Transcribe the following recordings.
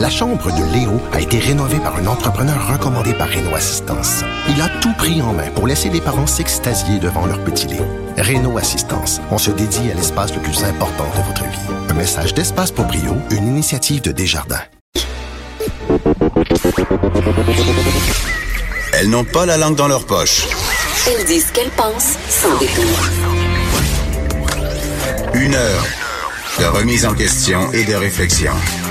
La chambre de Léo a été rénovée par un entrepreneur recommandé par Réno Assistance. Il a tout pris en main pour laisser les parents s'extasier devant leur petit Léo. Réno Assistance, on se dédie à l'espace le plus important de votre vie. Un message d'Espace pour Brio, une initiative de Desjardins. Elles n'ont pas la langue dans leur poche. Elles disent ce qu'elles pensent sans détour. 1 heure de remise en question et de réflexion.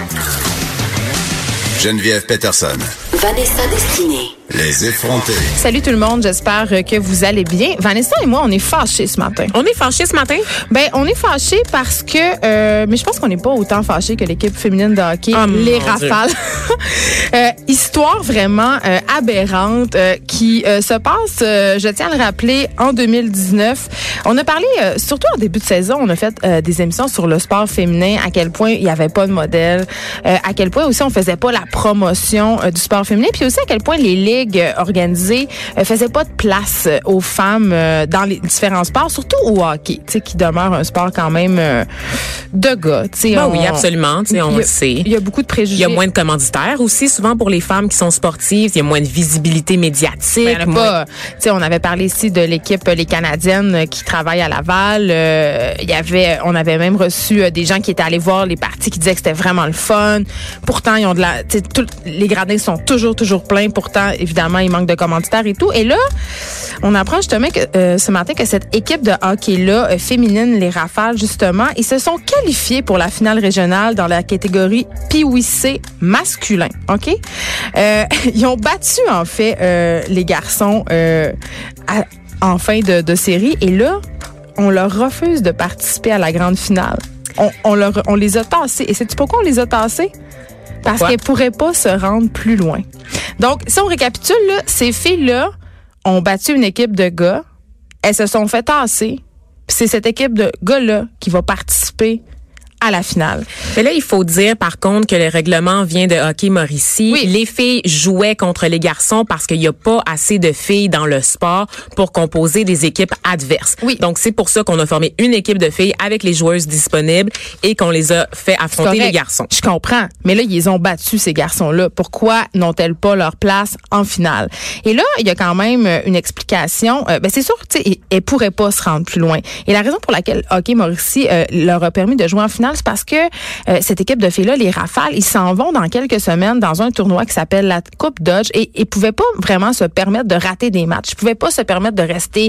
Geneviève Peterson. Vanessa Destinée. Les effrontés. Salut tout le monde, j'espère que vous allez bien. Vanessa et moi, on est fâchés ce matin. On est fâchés ce matin? Ben, on est fâchés parce que... mais je pense qu'on n'est pas autant fâchés que l'équipe féminine de hockey, les Rafales. Histoire vraiment aberrante qui se passe, je tiens à le rappeler, en 2019. On a parlé, surtout en début de saison, on a fait des émissions sur le sport féminin, à quel point il n'y avait pas de modèle, à quel point aussi on faisait pas la promotion du sport féminin, puis aussi à quel point les ligues organisées faisaient pas de place aux femmes dans les différents sports, surtout au hockey, tu sais, qui demeure un sport quand même de gars. Ben oui, absolument, on le sait. Il y a beaucoup de préjugés. Il y a moins de commanditaires aussi, souvent pour les femmes qui sont sportives, il y a moins de visibilité médiatique. Ben, pas, on avait parlé ici de l'équipe les Canadiennes qui travaillent à Laval. On avait même reçu des gens qui étaient allés voir les parties qui disaient que c'était vraiment le fun. Pourtant, ils ont les gradins sont toujours pleins. Pourtant, évidemment, il manque de commanditaires et tout. Et là, on apprend justement que ce matin que cette équipe de hockey-là, féminine, les Rafales, justement, ils se sont qualifiés pour la finale régionale dans la catégorie Pee-Wee-C masculin. OK? Ils ont battu, en fait, les garçons en fin de série. Et là, on leur refuse de participer à la grande finale. On les a tassés. Et sais-tu pourquoi on les a tassés? Parce qu'elles pourraient pas se rendre plus loin. Donc, si on récapitule, là, ces filles-là ont battu une équipe de gars. Elles se sont fait tasser. Puis c'est cette équipe de gars-là qui va participer à la finale. Mais là, il faut dire, par contre, que le règlement vient de Hockey Mauricie. Oui. Les filles jouaient contre les garçons parce qu'il n'y a pas assez de filles dans le sport pour composer des équipes adverses. Oui. Donc, c'est pour ça qu'on a formé une équipe de filles avec les joueuses disponibles et qu'on les a fait affronter les garçons. Je comprends. Mais là, ils ont battu ces garçons-là. Pourquoi n'ont-elles pas leur place en finale? Et là, il y a quand même une explication. C'est sûr, tu sais, elles pourraient pas se rendre plus loin. Et la raison pour laquelle Hockey Mauricie leur a permis de jouer en finale, c'est parce que cette équipe de filles-là, les Rafales, ils s'en vont dans quelques semaines dans un tournoi qui s'appelle la Coupe Dodge et ils pouvaient pas vraiment se permettre de rater des matchs. Ils pouvaient pas se permettre de rester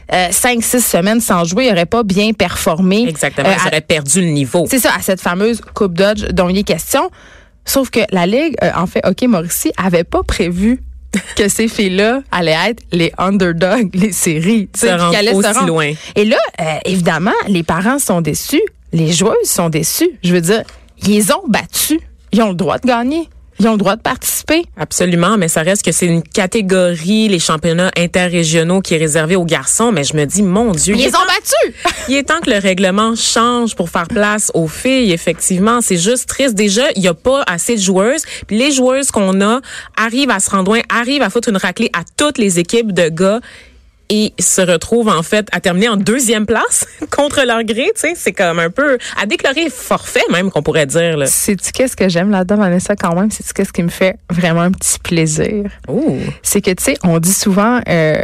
5-6 semaines sans jouer. Ils n'auraient pas bien performé. Exactement. Ils auraient perdu le niveau. C'est ça, à cette fameuse Coupe Dodge dont il est question. Sauf que la Ligue, en fait, Hockey Mauricie, avait pas prévu que ces filles-là allaient être les underdogs, les séries. Se rendre aussi loin. Et là, évidemment, les parents sont déçus. Les joueuses sont déçues. Je veux dire, ils les ont battus. Ils ont le droit de gagner. Ils ont le droit de participer. Absolument, mais ça reste que c'est une catégorie, les championnats interrégionaux, qui est réservée aux garçons. Mais je me dis, mon Dieu. Ils les ont battus! Il est temps que le règlement change pour faire place aux filles, effectivement. C'est juste triste. Déjà, il n'y a pas assez de joueuses. Puis les joueuses qu'on a arrivent à se rendre loin, arrivent à foutre une raclée à toutes les équipes de gars et se retrouvent en fait à terminer en 2e place contre leur gré, tu sais, c'est comme un peu à déclarer forfait même qu'on pourrait dire là. Sais-tu qu'est-ce que j'aime là-dedans, Vanessa, quand même? Sais-tu qu'est-ce qui me fait vraiment un petit plaisir? Ouh. C'est que, tu sais, on dit souvent,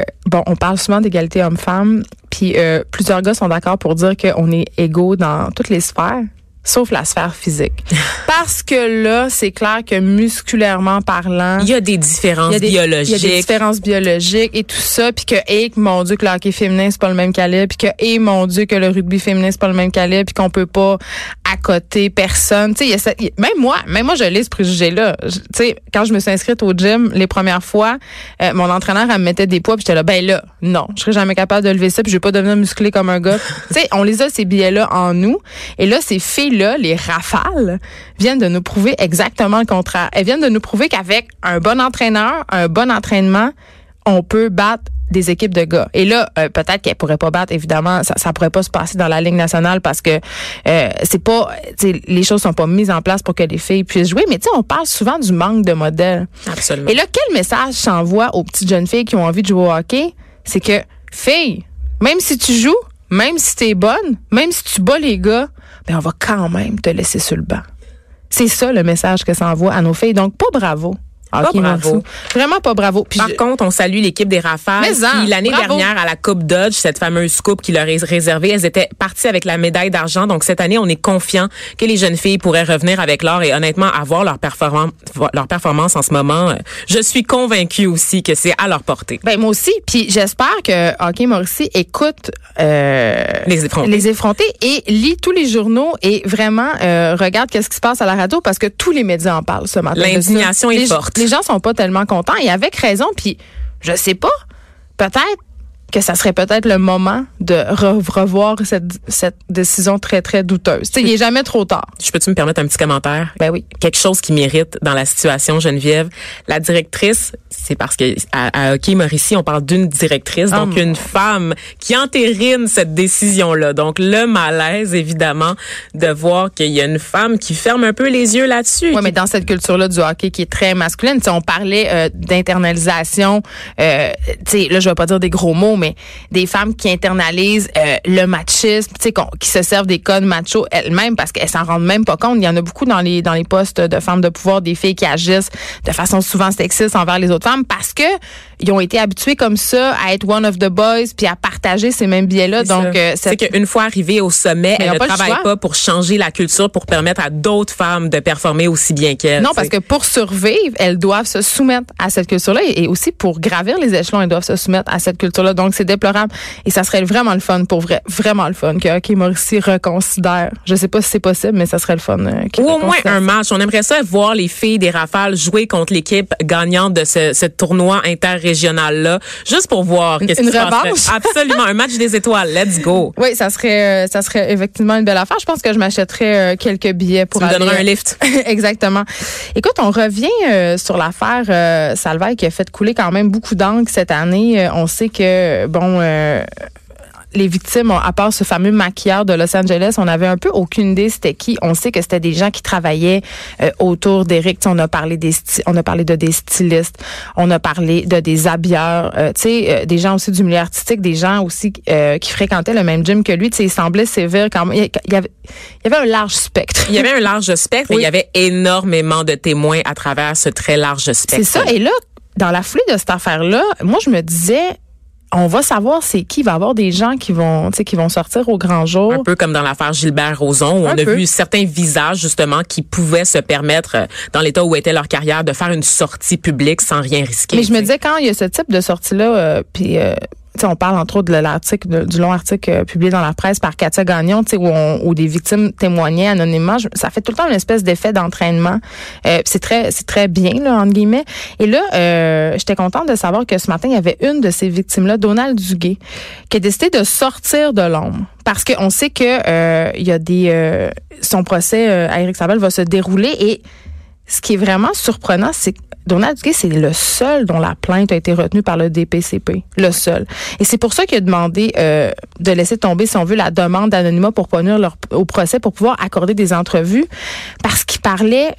on parle souvent d'égalité homme-femme, puis plusieurs gars sont d'accord pour dire qu'on est égaux dans toutes les sphères. Sauf la sphère physique. Parce que là, c'est clair que musculairement parlant... Il y a des différences biologiques. Il y a des différences biologiques et tout ça. Puis que, mon Dieu, que le hockey féminin, c'est pas le même calibre. Puis que, mon Dieu, que le rugby féminin, c'est pas le même calibre. Puis qu'on peut pas accoter personne. Tu sais, même moi, je l'ai, ce préjugé-là. Tu sais, quand je me suis inscrite au gym les premières fois, mon entraîneur, elle me mettait des poids. Puis j'étais là, non, je serais jamais capable de lever ça. Puis je vais pas devenir musclé comme un gars. Tu sais, on les a, ces billets-là, en nous. Et là, ces filles-là, les Rafales, viennent de nous prouver exactement le contraire. Elles viennent de nous prouver qu'avec un bon entraîneur, un bon entraînement, on peut battre des équipes de gars. Et là, peut-être qu'elles pourraient pas battre, évidemment, ça pourrait pas se passer dans la Ligue nationale parce que c'est pas, les choses sont pas mises en place pour que les filles puissent jouer. Mais tu sais, on parle souvent du manque de modèles. Absolument. Et là, quel message s'envoie aux petites jeunes filles qui ont envie de jouer au hockey? C'est que, fille, même si tu joues, même si t'es bonne, même si tu bats les gars, ben on va quand même te laisser sur le banc. C'est ça le message que ça envoie à nos filles. Donc, pas bravo. Pas bravo. Vraiment pas bravo. Puis Par contre, on salue l'équipe des Rafales qui, l'année dernière, à la Coupe Dodge, cette fameuse coupe qui leur est réservée, elles étaient parties avec la médaille d'argent. Donc, cette année, on est confiant que les jeunes filles pourraient revenir avec l'or et honnêtement, avoir leur performance en ce moment. Je suis convaincue aussi que c'est à leur portée. Ben, moi aussi. Puis, j'espère que Hockey Mauricie écoute les effrontés et lit tous les journaux et vraiment regarde qu'est-ce qui se passe à la radio parce que tous les médias en parlent ce matin. L'indignation est forte. Les gens sont pas tellement contents et avec raison. Puis, je sais pas, peut-être que ça serait peut-être le moment de revoir cette décision très, très douteuse. Tu sais, il est jamais trop tard. Peux-tu me permettre un petit commentaire? Ben oui. Quelque chose qui m'irrite dans la situation, Geneviève. La directrice, c'est parce que à Hockey Mauricie, on parle d'une directrice, donc une femme qui entérine cette décision-là. Donc, le malaise, évidemment, de voir qu'il y a une femme qui ferme un peu les yeux là-dessus. Oui, mais dans cette culture-là du hockey qui est très masculine, tu sais, on parlait d'internalisation, tu sais, là, je vais pas dire des gros mots, mais des femmes qui internalisent le machisme, tu sais, qui se servent des codes macho elles-mêmes parce qu'elles s'en rendent même pas compte. Il y en a beaucoup dans les postes de femmes de pouvoir, des filles qui agissent de façon souvent sexiste envers les autres femmes parce que ils ont été habitués comme ça à être one of the boys puis à partager ces mêmes biais-là. Donc, c'est qu'une fois arrivée au sommet, elle ne travaille pas pour changer la culture pour permettre à d'autres femmes de performer aussi bien qu'elle. Non, parce que pour survivre, elles doivent se soumettre à cette culture-là et aussi pour gravir les échelons, elles doivent se soumettre à cette culture-là. Donc, c'est déplorable et ça serait vraiment le fun, pour vrai, vraiment le fun que Hockey Mauricie reconsidère. Je sais pas si c'est possible, mais ça serait le fun. Ou au moins un match. On aimerait ça voir les filles des Rafales jouer contre l'équipe gagnante de ce tournoi interrégional-là, juste pour voir qu'est-ce qui se passerait. Absolument, un match des étoiles. Let's go. Oui, ça serait effectivement une belle affaire. Je pense que je m'achèterais quelques billets pour aller. Tu me donneras un lift. Exactement. Écoute, on revient sur l'affaire Salvaille qui a fait couler quand même beaucoup d'encre cette année. On sait que, les victimes, à part ce fameux maquilleur de Los Angeles, on n'avait un peu aucune idée c'était qui. On sait que c'était des gens qui travaillaient autour d'Éric. On a parlé de des stylistes, on a parlé de des habilleurs, des gens aussi du milieu artistique, des gens aussi qui fréquentaient le même gym que lui. Il semblait sévère quand même. Il y avait un large spectre. Il y avait un large spectre et il y avait énormément de témoins à travers ce très large spectre. C'est ça. Et là, dans la foulée de cette affaire-là, moi, je me disais, on va savoir c'est qui. Il va y avoir des gens qui vont sortir au grand jour. Un peu comme dans l'affaire Gilbert Rozon, où on a vu certains visages, justement, qui pouvaient se permettre, dans l'état où était leur carrière, de faire une sortie publique sans rien risquer. Mais je me disais, quand il y a ce type de sortie-là, on parle entre autres de du long article publié dans la presse par Katia Gagnon, où des victimes témoignaient anonymement. Ça fait tout le temps une espèce d'effet d'entraînement. C'est très bien là, entre guillemets. Et là, j'étais contente de savoir que ce matin il y avait une de ces victimes-là, Donald Duguay, qui a décidé de sortir de l'ombre. Parce qu'on sait que il y a son procès à Éric Salvaille va se dérouler et ce qui est vraiment surprenant, c'est que Donald Duguay, c'est le seul dont la plainte a été retenue par le DPCP. Le seul. Et c'est pour ça qu'il a demandé de laisser tomber, si on veut, la demande d'anonymat pour pas nuire au procès, pour pouvoir accorder des entrevues. Parce qu'il parlait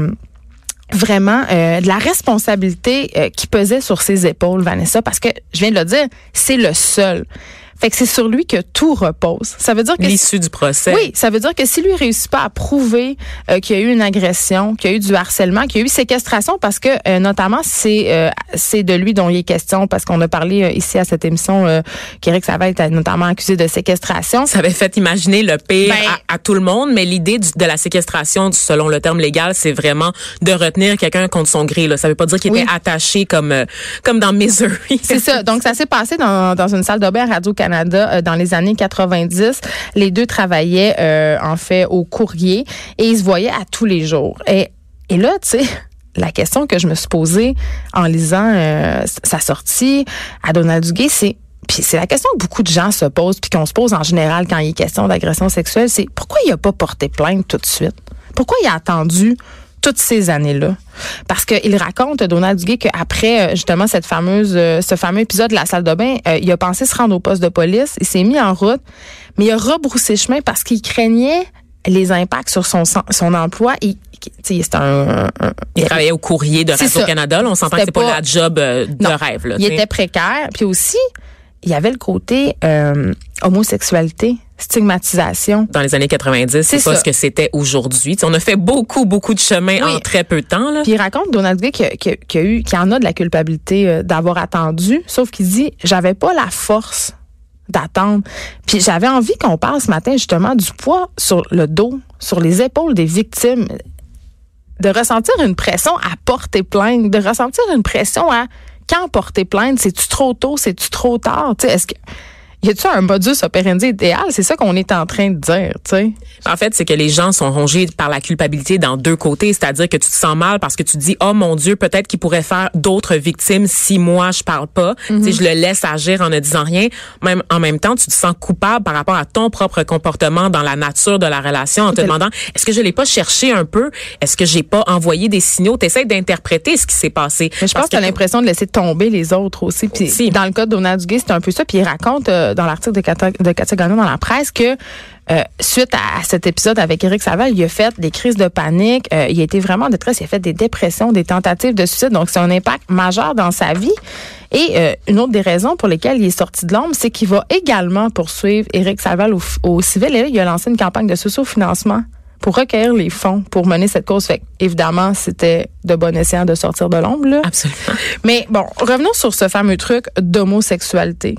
vraiment de la responsabilité qui pesait sur ses épaules, Vanessa. Parce que, je viens de le dire, c'est le seul. Fait que c'est sur lui que tout repose. Ça veut dire que l'issue du procès. Oui, ça veut dire que si lui réussit pas à prouver qu'il y a eu une agression, qu'il y a eu du harcèlement, qu'il y a eu séquestration, parce que notamment c'est de lui dont il est question, parce qu'on a parlé ici à cette émission qu'Éric Salvaille était notamment accusé de séquestration. Ça avait fait imaginer le pire à tout le monde, mais l'idée de la séquestration, selon le terme légal, c'est vraiment de retenir quelqu'un contre son gré. Là. Ça veut pas dire qu'il était attaché comme dans Misery. C'est ça. Donc ça s'est passé dans une salle de bain à Radio-Canada dans les années 90. Les deux travaillaient en fait au courrier et ils se voyaient à tous les jours. Et là, tu sais, la question que je me suis posée en lisant sa sortie à Donald Duguay, puis c'est la question que beaucoup de gens se posent, puis qu'on se pose en général quand il est question d'agression sexuelle, c'est pourquoi il a pas porté plainte tout de suite? Pourquoi il a attendu toutes ces années-là? Parce qu'il raconte, Donald Duguay, qu'après justement ce fameux épisode de la salle de bain, il a pensé se rendre au poste de police, il s'est mis en route, mais il a rebroussé chemin parce qu'il craignait les impacts sur son emploi. Il travaillait au courrier de Radio-Canada. On s'entend que c'est pas la job de rêve. Là, il était précaire. Puis aussi, il y avait le côté homosexualité, stigmatisation. Dans les années 90, c'est pas ce que c'était aujourd'hui. T'sais, on a fait beaucoup de chemin en très peu de temps. Là. Puis il raconte, Donald Gay, qu'il en a de la culpabilité d'avoir attendu, sauf qu'il dit « j'avais pas la force d'attendre ». Puis j'avais envie qu'on parle ce matin justement du poids sur le dos, sur les épaules des victimes, de ressentir une pression à porter plainte, de ressentir une pression à quand porter plainte, c'est-tu trop tôt, c'est-tu trop tard, tu sais, est-ce que y a-tu un modus operandi idéal? C'est ça qu'on est en train de dire, tu sais. En fait, c'est que les gens sont rongés par la culpabilité dans deux côtés. C'est-à-dire que tu te sens mal parce que tu te dis, oh mon Dieu, peut-être qu'il pourrait faire d'autres victimes si moi, je parle pas. Tu sais, je le laisse agir en ne disant rien. Même, en même temps, tu te sens coupable par rapport à ton propre comportement dans la nature de la relation en te demandant, est-ce que je l'ai pas cherché un peu? Est-ce que j'ai pas envoyé des signaux? T'essaies d'interpréter ce qui s'est passé. Mais je pense que t'as l'impression de laisser tomber les autres aussi. Puis dans le cas de Donald Gay, c'est un peu ça. Puis il raconte dans l'article de Katia Gagnon dans la presse que suite à cet épisode avec Éric Salvaille, il a fait des crises de panique, il a été vraiment en détresse, il a fait des dépressions, des tentatives de suicide, donc c'est un impact majeur dans sa vie. Et une autre des raisons pour lesquelles il est sorti de l'ombre, c'est qu'il va également poursuivre Éric Salvaille au civil. Et là, il a lancé une campagne de socio-financement pour recueillir les fonds pour mener cette cause. Fait évidemment, c'était de bon escient de sortir de l'ombre, là. Absolument. Mais bon, revenons sur ce fameux truc d'homosexualité.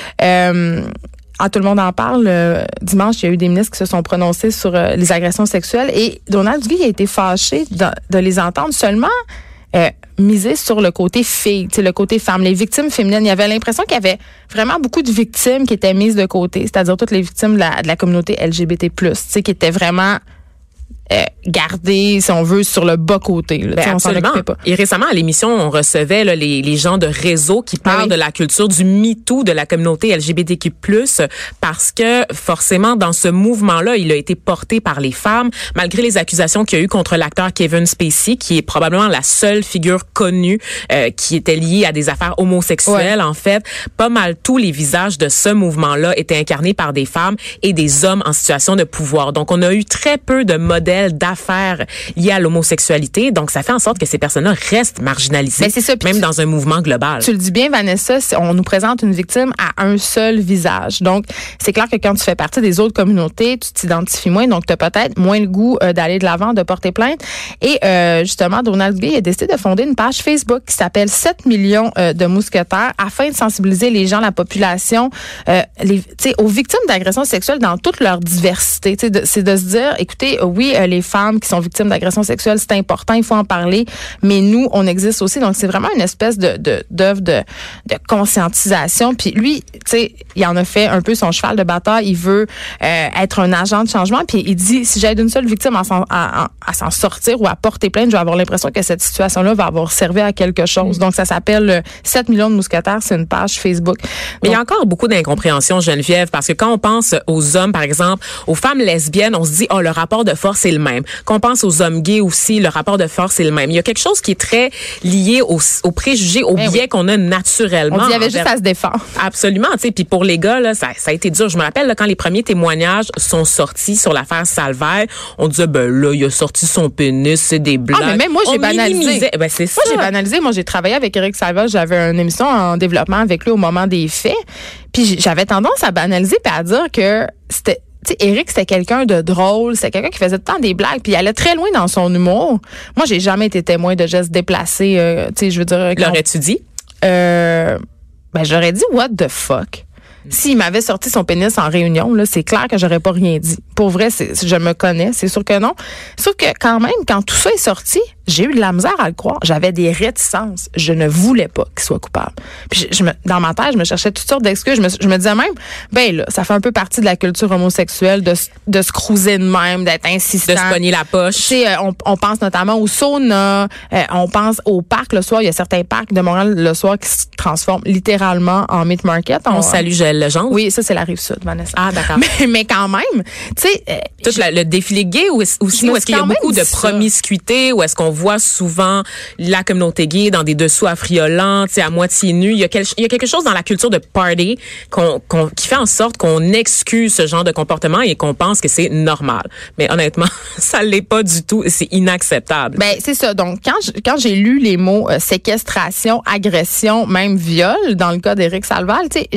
Tout le monde en parle. Dimanche, il y a eu des ministres qui se sont prononcés sur les agressions sexuelles et Donald Gay a été fâché de les entendre seulement miser sur le côté fille, le côté femme, les victimes féminines. Il y avait l'impression qu'il y avait vraiment beaucoup de victimes qui étaient mises de côté, c'est-à-dire toutes les victimes de la communauté LGBT+, qui étaient vraiment gardé, si on veut, sur le bas côté. Là, ben, absolument. Et récemment, à l'émission, on recevait là, les gens de réseau qui parlent de la culture du MeToo de la communauté LGBTQ+, parce que forcément, dans ce mouvement-là, il a été porté par les femmes, malgré les accusations qu'il y a eu contre l'acteur Kevin Spacey, qui est probablement la seule figure connue qui était liée à des affaires homosexuelles. En fait, pas mal tous les visages de ce mouvement-là étaient incarnés par des femmes et des hommes en situation de pouvoir. Donc, on a eu très peu de modèles d'affaires liées à l'homosexualité. Donc, ça fait en sorte que ces personnes-là restent marginalisées, c'est ça, même dans un mouvement global. Tu le dis bien, Vanessa, on nous présente une victime à un seul visage. Donc, c'est clair que quand tu fais partie des autres communautés, tu t'identifies moins, donc tu as peut-être moins le goût d'aller de l'avant, de porter plainte. Et justement, Donald Gay a décidé de fonder une page Facebook qui s'appelle 7 millions de mousquetaires afin de sensibiliser les gens, la population, aux victimes d'agressions sexuelles dans toute leur diversité. C'est de se dire, écoutez, oui, les femmes qui sont victimes d'agressions sexuelles, c'est important, il faut en parler, mais nous, on existe aussi. Donc, c'est vraiment une espèce d'œuvre de conscientisation. Puis lui, tu sais, il en a fait un peu son cheval de bataille. Il veut être un agent de changement. Puis il dit, si j'aide une seule victime à s'en sortir ou à porter plainte, je vais avoir l'impression que cette situation-là va avoir servi à quelque chose. Donc, ça s'appelle 7 millions de mousquetaires. C'est une page Facebook. Mais il y a encore beaucoup d'incompréhension, Geneviève, parce que quand on pense aux hommes, par exemple, aux femmes lesbiennes, on se dit, le rapport de force est le même. Quand on pense aux hommes gays aussi, le rapport de force est le même. Il y a quelque chose qui est très lié aux préjugés, aux biais qu'on a naturellement. On dit, il y avait juste à se défendre. Absolument, tu sais. Puis pour les gars, là, ça a été dur. Je me rappelle, là, quand les premiers témoignages sont sortis sur l'affaire Salvaire, on disait, là, il a sorti son pénis, c'est des blagues. Mais même moi, j'ai banalisé. C'est ça. Moi, j'ai banalisé. Moi, j'ai travaillé avec Éric Salvaire. J'avais une émission en développement avec lui au moment des faits. Puis j'avais tendance à banaliser puis à dire que c'était... Tu sais, Éric, c'était quelqu'un de drôle, c'était quelqu'un qui faisait tout le temps des blagues, puis il allait très loin dans son humour. Moi, j'ai jamais été témoin de gestes déplacés, tu sais, je veux dire... L'aurais-tu dit? J'aurais dit « what the fuck ». S'il m'avait sorti son pénis en réunion, là, c'est clair que j'aurais pas rien dit. Pour vrai, je me connais, c'est sûr que non. Sauf que quand même, quand tout ça est sorti, j'ai eu de la misère à le croire. J'avais des réticences. Je ne voulais pas qu'il soit coupable. Puis dans ma tête, je me cherchais toutes sortes d'excuses. Je me disais même, là, ça fait un peu partie de la culture homosexuelle de se cruiser de même, d'être insistant. De se pogner la poche. Tu sais, on pense notamment au sauna, on pense au parc le soir. Il y a certains parcs de Montréal le soir qui se transforment littéralement en meat market. On salue Joël Legendre. Oui, ça, c'est la Rive-Sud, Vanessa. Ah, d'accord. Mais quand même, tu sais... Tout le défilé gay aussi, où est-ce qu'il y a beaucoup de promiscuité, où est-ce qu'on voit souvent la communauté gay dans des dessous affriolants, tu sais, à moitié nus. Il y a quelque chose dans la culture de party qui fait en sorte qu'on excuse ce genre de comportement et qu'on pense que c'est normal. Mais honnêtement, ça l'est pas du tout. C'est inacceptable. Ben, c'est ça. Donc, quand j'ai lu les mots séquestration, agression, même viol, dans le cas d'Éric Salvaille, tu sais,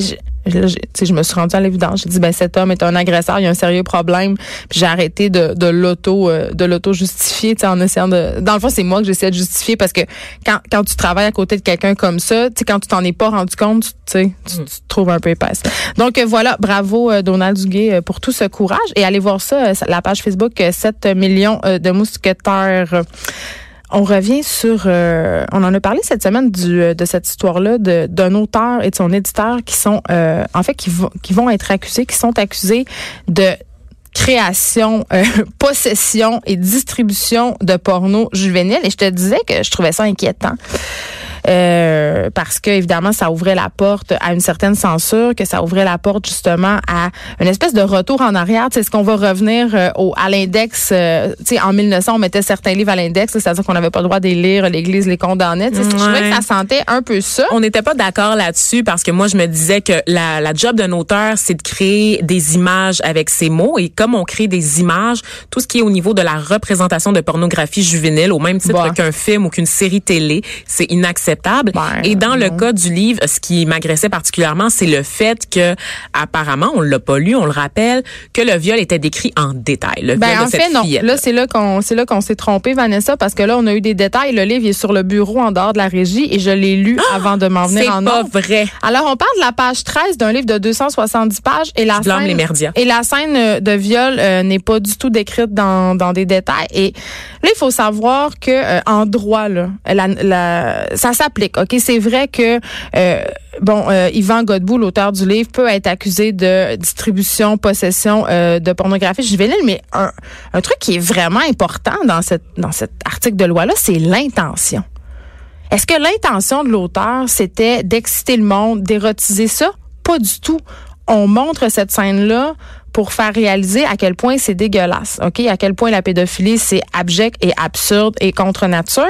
là, je me suis rendue à l'évidence. J'ai dit, cet homme est un agresseur, il y a un sérieux problème. Puis j'ai arrêté de l'auto-justifier, en essayant de... Dans le fond, c'est moi que j'essaie de justifier parce que quand tu travailles à côté de quelqu'un comme ça, quand tu t'en es pas rendu compte, tu te trouves un peu épaisse. Donc voilà, bravo Donald Duguay pour tout ce courage. Et allez voir ça, la page Facebook 7 millions de mousquetaires. On revient sur... on en a parlé cette semaine de cette histoire-là d'un auteur et de son éditeur qui sont... qui vont être accusés, qui sont accusés de création, possession et distribution de porno juvénile. Et je te disais que je trouvais ça inquiétant. Parce que évidemment ça ouvrait la porte à une certaine censure, que ça ouvrait la porte justement à une espèce de retour en arrière. C'est ce qu'on va revenir à l'index. En 1900, on mettait certains livres à l'index, c'est-à-dire qu'on n'avait pas le droit de les lire, l'Église les condamnait. Je trouvais que ça sentait un peu ça. On n'était pas d'accord là-dessus parce que moi je me disais que la job d'un auteur, c'est de créer des images avec ses mots, et comme on crée des images, tout ce qui est au niveau de la représentation de pornographie juvénile, au même titre qu'un film ou qu'une série télé, c'est inacceptable. Et dans le cas du livre, ce qui m'agressait particulièrement, c'est le fait que, apparemment, on l'a pas lu, on le rappelle, que le viol était décrit en détail. Le viol de cette fillette. Là, c'est là qu'on s'est trompé, Vanessa, parce que là, on a eu des détails. Le livre est sur le bureau en dehors de la régie et je l'ai lu avant de m'en venir en ordre. C'est pas vrai. Alors, on parle de la page 13 d'un livre de 270 pages et la scène, les médias. Et la scène de viol n'est pas du tout décrite dans des détails. Et là, il faut savoir que en droit, là, ça s'applique. OK, c'est vrai que Yvan Godbout, l'auteur du livre, peut être accusé de distribution, possession de pornographie juvénile, mais un truc qui est vraiment important dans cet article de loi-là, c'est l'intention. Est-ce que l'intention de l'auteur, c'était d'exciter le monde, d'érotiser ça? Pas du tout. On montre cette scène-là pour faire réaliser à quel point c'est dégueulasse, OK? À quel point la pédophilie, c'est abject et absurde et contre nature.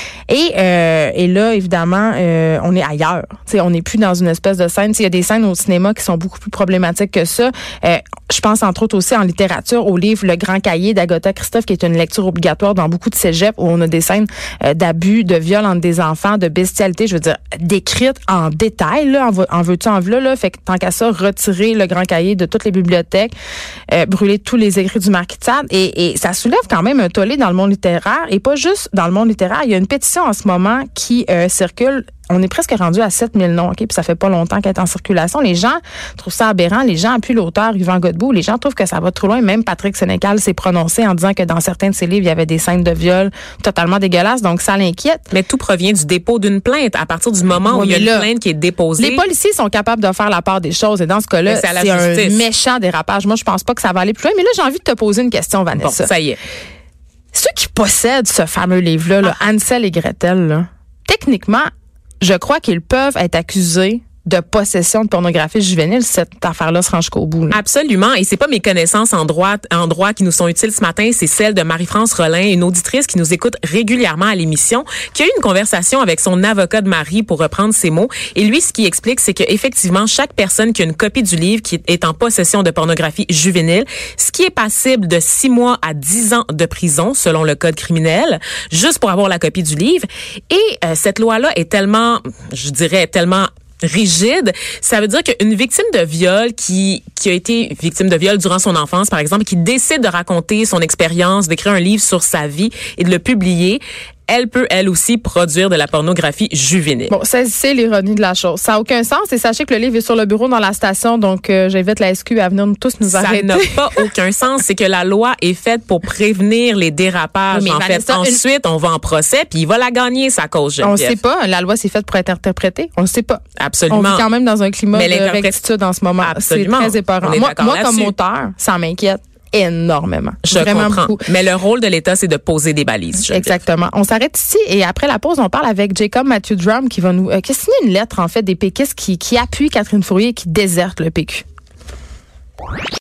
Et là, évidemment, on est ailleurs. T'sais, on n'est plus dans une espèce de scène. Il y a des scènes au cinéma qui sont beaucoup plus problématiques que ça. Je pense entre autres aussi en littérature au livre Le Grand Cahier d'Agatha Christophe, qui est une lecture obligatoire dans beaucoup de cégeps où on a des scènes d'abus, de viol entre des enfants, de bestialité, je veux dire, décrites en détail, là, en veux-tu, en v'là, là. Fait que tant qu'à ça, retirer Le Grand Cahier de toutes les bibliothèques, brûler tous les écrits du Marquis de Sade, et ça soulève quand même un tollé dans le monde littéraire, et pas juste dans le monde littéraire. Il y a une pétition en ce moment qui circule. On est presque rendu à 7000 noms, OK? Puis ça fait pas longtemps qu'elle est en circulation. Les gens trouvent ça aberrant. Les gens appuient l'auteur Yvan Godbout. Les gens trouvent que ça va trop loin. Même Patrick Sénécal s'est prononcé en disant que dans certains de ses livres, il y avait des scènes de viol totalement dégueulasses. Donc, ça l'inquiète. Mais tout provient du dépôt d'une plainte. À partir du moment où il y a une plainte qui est déposée. Les policiers sont capables de faire la part des choses. Et dans ce cas-là, c'est un méchant dérapage. Moi, je pense pas que ça va aller plus loin. Mais là, j'ai envie de te poser une question, Vanessa. Bon, ça y est. Ceux qui possèdent ce fameux livre-là, Hansel et Gretel, là, techniquement, je crois qu'ils peuvent être accusés de possession de pornographie juvénile, cette affaire-là se range jusqu'au bout. Là. Absolument. Et c'est pas mes connaissances en droit qui nous sont utiles ce matin, c'est celle de Marie-France Rollin, une auditrice qui nous écoute régulièrement à l'émission, qui a eu une conversation avec son avocat de mari, pour reprendre ses mots. Et lui, ce qu'il explique, c'est qu'effectivement, chaque personne qui a une copie du livre qui est en possession de pornographie juvénile, ce qui est passible de 6 mois à 10 ans de prison, selon le code criminel, juste pour avoir la copie du livre. Et cette loi-là est tellement, je dirais, tellement rigide. Ça veut dire qu'une victime de viol qui a été victime de viol durant son enfance, par exemple, qui décide de raconter son expérience, d'écrire un livre sur sa vie et de le publier, elle peut, elle aussi, produire de la pornographie juvénile. Bon, c'est l'ironie de la chose. Ça n'a aucun sens. Et sachez que le livre est sur le bureau dans la station, donc j'invite la SQ à venir tous nous arrêter. Ça n'a pas aucun sens. C'est que la loi est faite pour prévenir les dérapages. Oui, en fait, ensuite, on va en procès, puis il va la gagner, sa cause, Geneviève. On ne sait pas. La loi, c'est faite pour être interprétée. On ne sait pas. Absolument. On vit quand même dans un climat de rectitude en ce moment. Absolument. C'est très épeurant. Moi comme auteur, ça m'inquiète énormément. Je comprends. Beaucoup. Mais le rôle de l'État, c'est de poser des balises. Exactement. On s'arrête ici et après la pause, on parle avec Jacob Matthew Drum qui va nous signer une lettre, en fait, des péquistes qui appuient Catherine Fournier et qui désertent le PQ.